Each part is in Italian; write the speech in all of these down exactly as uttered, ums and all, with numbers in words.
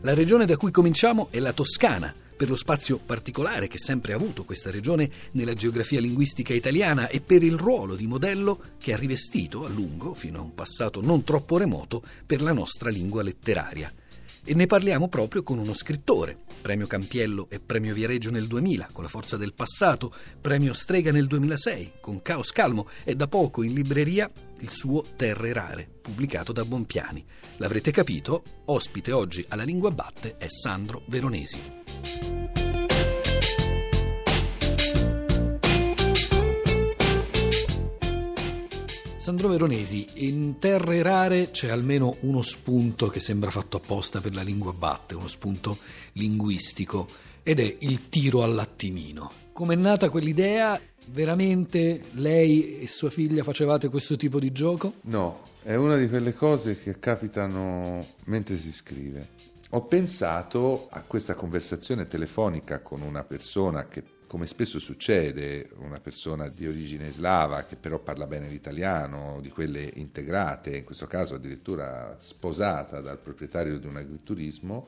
La regione da cui cominciamo è la Toscana, per lo spazio particolare che sempre ha avuto questa regione nella geografia linguistica italiana e per il ruolo di modello che ha rivestito a lungo, fino a un passato non troppo remoto, per la nostra lingua letteraria. E ne parliamo proprio con uno scrittore, premio Campiello e premio Viareggio nel duemila con La forza del passato, premio Strega nel duemilasei con Caos Calmo e da poco in libreria il suo Terre rare, pubblicato da Bompiani. L'avrete capito, ospite oggi alla Lingua Batte è Sandro Veronesi. Sandro Veronesi, in Terre rare c'è almeno uno spunto che sembra fatto apposta per la Lingua Batte, uno spunto linguistico, ed è il tiro all'attimino. Com'è nata quell'idea? Veramente lei e sua figlia facevate questo tipo di gioco? No, è una di quelle cose che capitano mentre si scrive. Ho pensato a questa conversazione telefonica con una persona che, come spesso succede, una persona di origine slava che però parla bene l'italiano, di quelle integrate, in questo caso addirittura sposata dal proprietario di un agriturismo,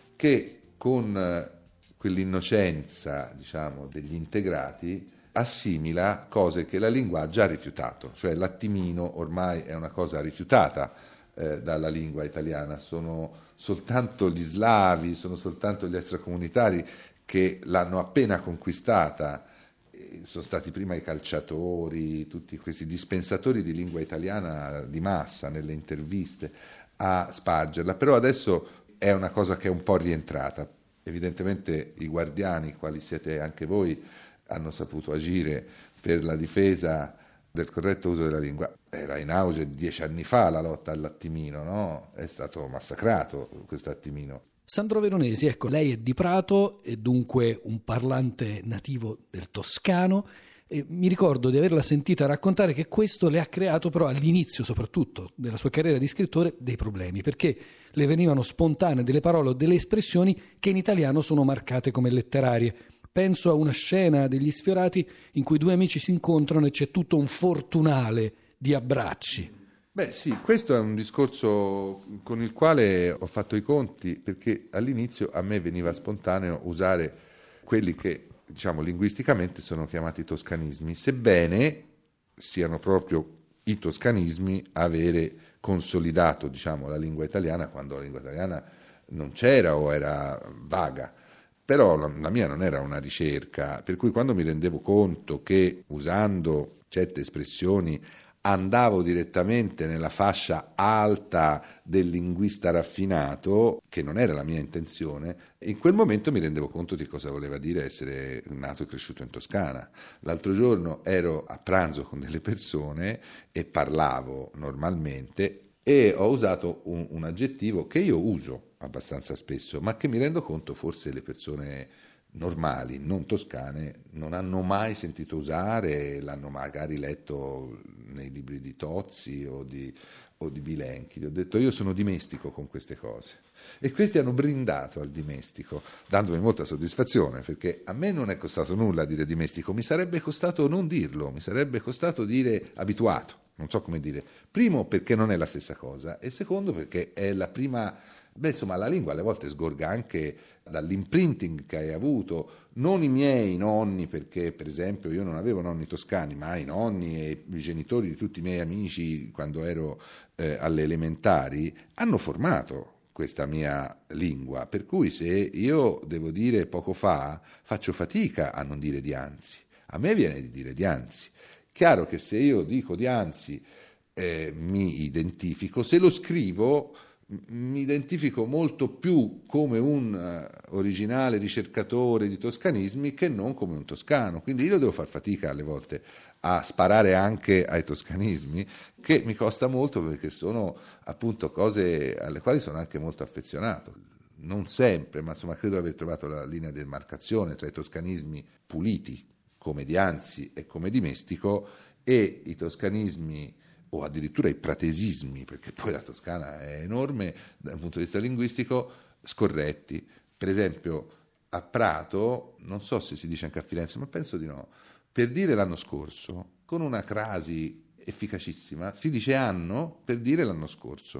che con quell'innocenza, diciamo, degli integrati assimila cose che la lingua ha già rifiutato, cioè l'attimino ormai è una cosa rifiutata eh, dalla lingua italiana, sono soltanto gli slavi, sono soltanto gli extracomunitari che l'hanno appena conquistata, sono stati prima i calciatori, tutti questi dispensatori di lingua italiana di massa nelle interviste a spargerla, però adesso è una cosa che è un po' rientrata. Evidentemente i guardiani, quali siete anche voi, hanno saputo agire per la difesa del corretto uso della lingua. Era in auge dieci anni fa la lotta all'attimino, no? È stato massacrato questo attimino. Sandro Veronesi, ecco, lei è di Prato e dunque un parlante nativo del toscano. E mi ricordo di averla sentita raccontare che questo le ha creato però all'inizio soprattutto della sua carriera di scrittore dei problemi, perché le venivano spontanee delle parole o delle espressioni che in italiano sono marcate come letterarie. Penso a una scena degli Sfiorati in cui due amici si incontrano e c'è tutto un fortunale di abbracci. Beh sì, questo è un discorso con il quale ho fatto i conti, perché all'inizio a me veniva spontaneo usare quelli che, diciamo, linguisticamente sono chiamati toscanismi, sebbene siano proprio i toscanismi avere consolidato, diciamo, la lingua italiana quando la lingua italiana non c'era o era vaga. Però la, la mia non era una ricerca, per cui quando mi rendevo conto che usando certe espressioni andavo direttamente nella fascia alta del linguista raffinato, che non era la mia intenzione, in quel momento mi rendevo conto di cosa voleva dire essere nato e cresciuto in Toscana. L'altro giorno ero a pranzo con delle persone e parlavo normalmente e ho usato un, un aggettivo che io uso abbastanza spesso, ma che mi rendo conto forse le persone normali, non toscane, non hanno mai sentito usare, l'hanno magari letto nei libri di Tozzi o di, o di Bilenchi. Gli ho detto io sono dimestico con queste cose e questi hanno brindato al dimestico, dandomi molta soddisfazione, perché a me non è costato nulla dire dimestico, mi sarebbe costato non dirlo, mi sarebbe costato dire abituato, non so come dire. Primo perché non è la stessa cosa e secondo perché è la prima. Beh, insomma, la lingua alle volte sgorga anche dall'imprinting che hai avuto, non i miei nonni, perché per esempio io non avevo nonni toscani, ma i nonni e i genitori di tutti i miei amici quando ero eh, alle elementari hanno formato questa mia lingua, per cui se io devo dire poco fa, faccio fatica a non dire dianzi, a me viene di dire dianzi. Chiaro che se io dico dianzi eh, mi identifico, se lo scrivo mi identifico molto più come un uh, originale ricercatore di toscanismi che non come un toscano, quindi io devo far fatica alle volte a sparare anche ai toscanismi, che mi costa molto perché sono appunto cose alle quali sono anche molto affezionato. Non sempre, ma insomma credo di aver trovato la linea di demarcazione tra i toscanismi puliti come Dianzi e come Dimestico e i toscanismi o addirittura i pratesismi, perché poi la Toscana è enorme dal punto di vista linguistico, scorretti. Per esempio a Prato, non so se si dice anche a Firenze, ma penso di no, per dire l'anno scorso, con una crasi efficacissima, si dice anno per dire l'anno scorso.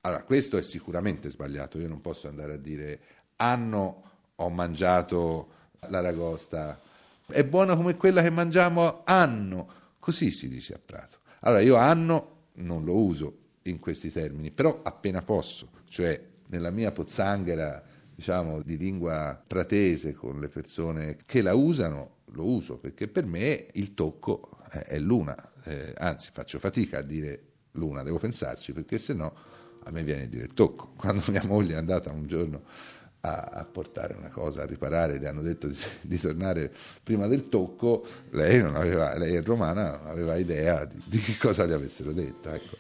Allora, questo è sicuramente sbagliato, io non posso andare a dire anno ho mangiato l'aragosta, è buona come quella che mangiamo anno, così si dice a Prato. Allora io anno non lo uso in questi termini, però appena posso, cioè nella mia pozzanghera, diciamo, di lingua pratese con le persone che la usano, lo uso, perché per me il tocco è l'una, eh, anzi faccio fatica a dire l'una, devo pensarci, perché sennò a me viene a dire il tocco. Quando mia moglie è andata un giorno a, a portare una cosa a riparare, le hanno detto di, di tornare prima del tocco, lei non aveva, lei è romana, non aveva idea di, di che cosa gli avessero detto, ecco.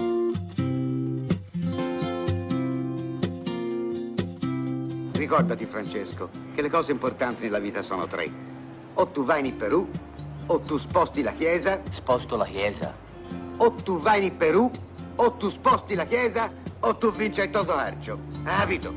Ricordati, Francesco, che le cose importanti nella vita sono tre. O tu vai in Perù, o tu sposti la chiesa. Sposto la chiesa. O tu vai in Perù, o tu sposti la chiesa, o tu vinci il Toto Arcio. Ha capito?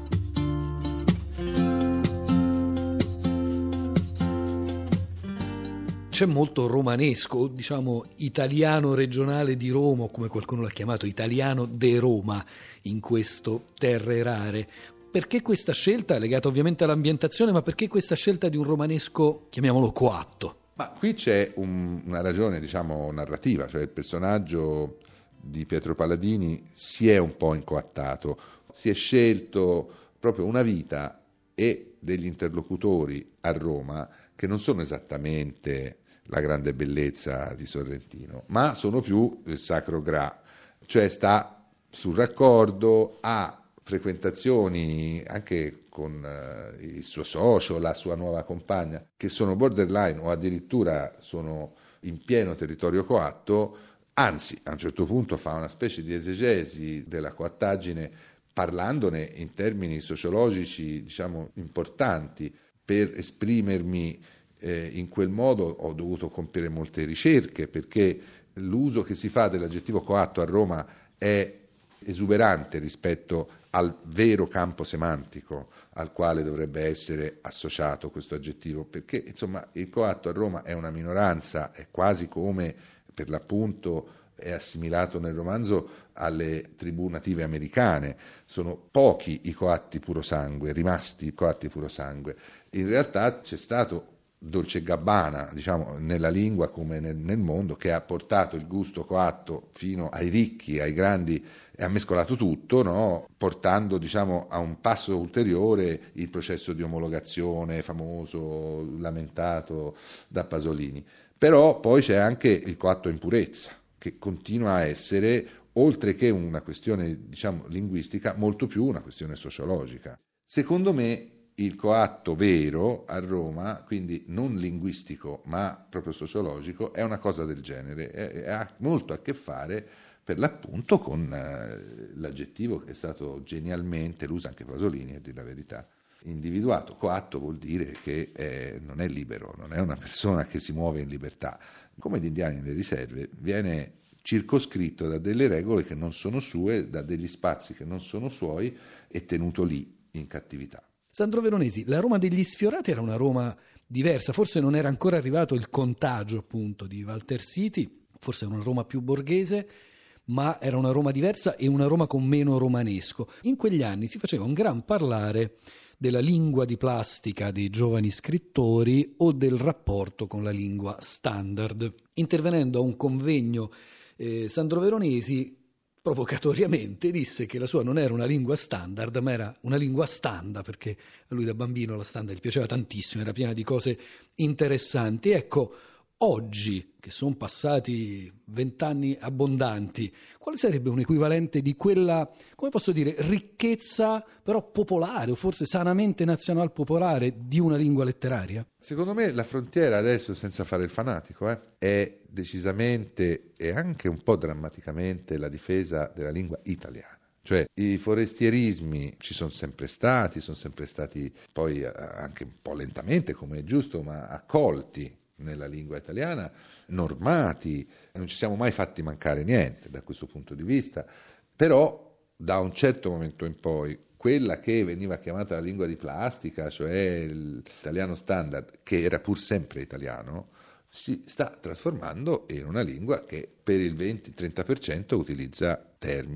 C'è molto romanesco, diciamo italiano regionale di Roma, o come qualcuno l'ha chiamato italiano de Roma, in questo Terre Rare. Perché questa scelta, legata ovviamente all'ambientazione, ma perché questa scelta di un romanesco, chiamiamolo coatto? Ma qui c'è un, una ragione, diciamo, narrativa, cioè il personaggio di Pietro Palladini si è un po' incoattato, si è scelto proprio una vita e degli interlocutori a Roma che non sono esattamente la grande bellezza di Sorrentino, ma sono più il Sacro Gra, cioè sta sul raccordo, ha frequentazioni anche con uh, il suo socio, la sua nuova compagna, che sono borderline o addirittura sono in pieno territorio coatto, anzi a un certo punto fa una specie di esegesi della coattaggine parlandone in termini sociologici, diciamo, importanti. Per esprimermi eh, in quel modo ho dovuto compiere molte ricerche, perché l'uso che si fa dell'aggettivo coatto a Roma è esuberante rispetto al vero campo semantico al quale dovrebbe essere associato questo aggettivo, perché insomma il coatto a Roma è una minoranza, è quasi come per l'appunto è assimilato nel romanzo alle tribù native americane, sono pochi i coatti purosangue, rimasti i coatti purosangue. In realtà c'è stato Dolce e Gabbana, diciamo, nella lingua come nel, nel mondo, che ha portato il gusto coatto fino ai ricchi, ai grandi, e ha mescolato tutto, no? Portando, diciamo, a un passo ulteriore il processo di omologazione famoso, lamentato da Pasolini. Però poi c'è anche il coatto in purezza, che continua a essere, oltre che una questione, diciamo, linguistica, molto più una questione sociologica. Secondo me il coatto vero a Roma, quindi non linguistico ma proprio sociologico, è una cosa del genere, e ha molto a che fare per l'appunto con eh, l'aggettivo che è stato genialmente, lo usa anche Pasolini a dire la verità, individuato. Coatto vuol dire che è, non è libero, non è una persona che si muove in libertà. Come gli indiani nelle riserve, viene circoscritto da delle regole che non sono sue, da degli spazi che non sono suoi, e tenuto lì in cattività. Sandro Veronesi, la Roma degli Sfiorati era una Roma diversa, forse non era ancora arrivato il contagio appunto di Walter Siti, forse era una Roma più borghese, ma era una Roma diversa e una Roma con meno romanesco. In quegli anni si faceva un gran parlare della lingua di plastica dei giovani scrittori o del rapporto con la lingua standard. Intervenendo a un convegno, eh, Sandro Veronesi provocatoriamente disse che la sua non era una lingua standard, ma era una lingua standa, perché a lui da bambino la standard gli piaceva tantissimo, era piena di cose interessanti. Ecco, oggi, che sono passati vent'anni abbondanti, quale sarebbe un equivalente di quella, come posso dire, ricchezza però popolare, o forse sanamente nazional popolare, di una lingua letteraria? Secondo me la frontiera adesso, senza fare il fanatico, eh, è decisamente e anche un po' drammaticamente la difesa della lingua italiana. Cioè i forestierismi ci sono sempre stati, sono sempre stati poi anche un po' lentamente, come è giusto, ma accolti nella lingua italiana, normati, non ci siamo mai fatti mancare niente da questo punto di vista, però da un certo momento in poi quella che veniva chiamata la lingua di plastica, cioè l'italiano standard, che era pur sempre italiano, si sta trasformando in una lingua che per il venti trenta per cento utilizza termini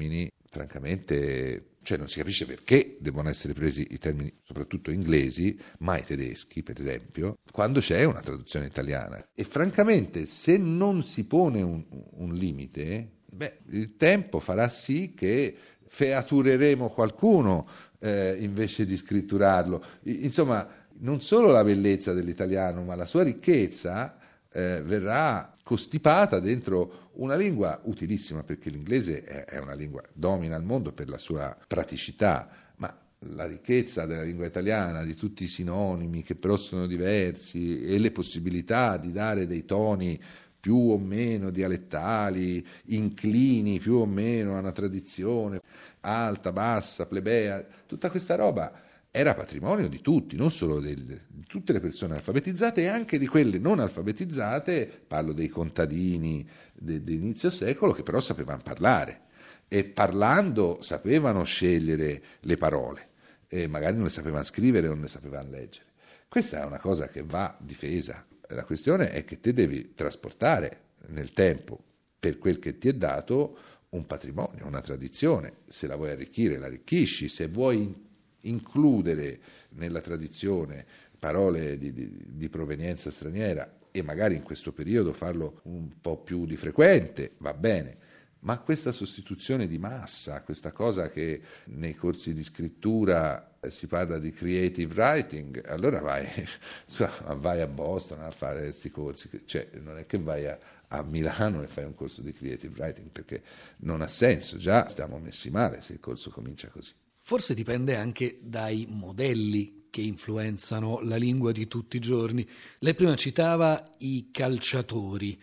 francamente, cioè non si capisce perché devono essere presi i termini, soprattutto inglesi, mai tedeschi, per esempio, quando c'è una traduzione italiana. E francamente, se non si pone un, un limite, beh, il tempo farà sì che featureremo qualcuno eh, invece di scritturarlo. Insomma, non solo la bellezza dell'italiano, ma la sua ricchezza eh, verrà costipata dentro una lingua utilissima, perché l'inglese è, è una lingua, domina il mondo per la sua praticità, ma la ricchezza della lingua italiana, di tutti i sinonimi che però sono diversi e le possibilità di dare dei toni più o meno dialettali, inclini più o meno a una tradizione, alta, bassa, plebea, tutta questa roba era patrimonio di tutti, non solo del, di tutte le persone alfabetizzate e anche di quelle non alfabetizzate, parlo dei contadini de, di inizio secolo, che però sapevano parlare e parlando sapevano scegliere le parole e magari non le sapevano scrivere o non le sapevano leggere. Questa è una cosa che va difesa. La questione è che te devi trasportare nel tempo, per quel che ti è dato, un patrimonio, una tradizione. Se la vuoi arricchire, la arricchisci. Se vuoi includere nella tradizione parole di, di, di provenienza straniera e magari in questo periodo farlo un po' più di frequente, va bene. Ma questa sostituzione di massa, questa cosa che nei corsi di scrittura si parla di creative writing, allora vai, vai a Boston a fare questi corsi, cioè non è che vai a, a Milano e fai un corso di creative writing, perché non ha senso, già stiamo messi male se il corso comincia così. Forse dipende anche dai modelli che influenzano la lingua di tutti i giorni. Lei prima citava i calciatori.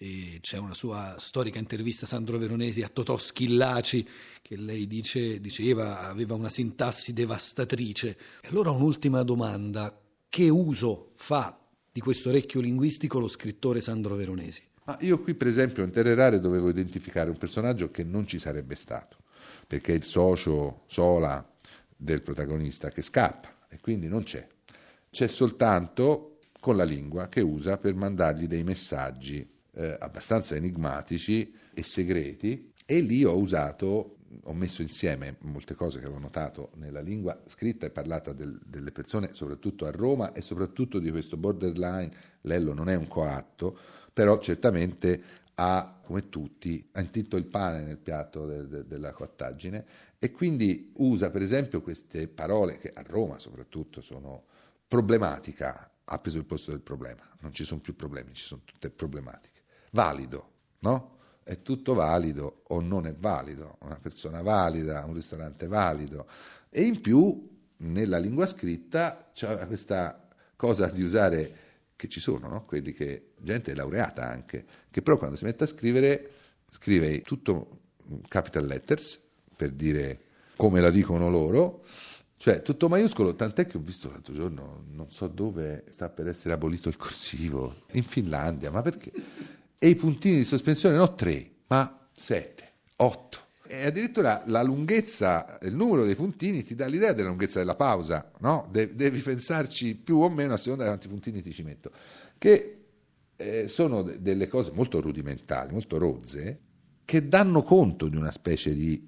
E c'è una sua storica intervista a Sandro Veronesi a Totò Schillaci che lei dice, diceva aveva una sintassi devastatrice. E allora un'ultima domanda: che uso fa di questo orecchio linguistico lo scrittore Sandro Veronesi? Ma io qui per esempio in Terre Rare dovevo identificare un personaggio che non ci sarebbe stato, perché è il socio sola del protagonista che scappa e quindi non c'è. C'è soltanto con la lingua che usa per mandargli dei messaggi Eh, abbastanza enigmatici e segreti, e lì ho usato, ho messo insieme molte cose che avevo notato nella lingua scritta e parlata del, delle persone, soprattutto a Roma, e soprattutto di questo borderline. Lello non è un coatto, però certamente ha, come tutti, ha intinto il pane nel piatto de, de, della coattaggine, e quindi usa per esempio queste parole che a Roma soprattutto sono problematica, ha preso il posto del problema, non ci sono più problemi, ci sono tutte problematiche. Valido, no? È tutto valido o non è valido, una persona valida, un ristorante valido, e in più nella lingua scritta c'è questa cosa di usare, che ci sono, no? Quelli che, gente laureata anche, che però quando si mette a scrivere, scrive tutto capital letters, per dire come la dicono loro, cioè tutto maiuscolo, tant'è che ho visto l'altro giorno, non so dove, sta per essere abolito il corsivo, in Finlandia, ma perché? E i puntini di sospensione no tre, ma sette, otto. E addirittura la lunghezza, il numero dei puntini ti dà l'idea della lunghezza della pausa, no? De- devi pensarci più o meno a seconda di quanti puntini ti ci metto, che eh, sono de- delle cose molto rudimentali, molto rozze, che danno conto di una specie di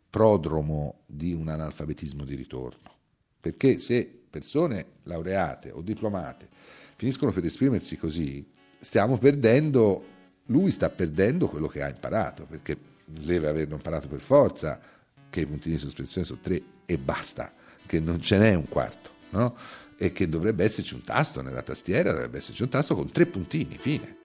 prodromo di un analfabetismo di ritorno. Perché se persone laureate o diplomate finiscono per esprimersi così, stiamo perdendo, lui sta perdendo quello che ha imparato, perché deve averlo imparato per forza, che i puntini di sospensione sono tre e basta, che non ce n'è un quarto, no? E che dovrebbe esserci un tasto nella tastiera, dovrebbe esserci un tasto con tre puntini, fine.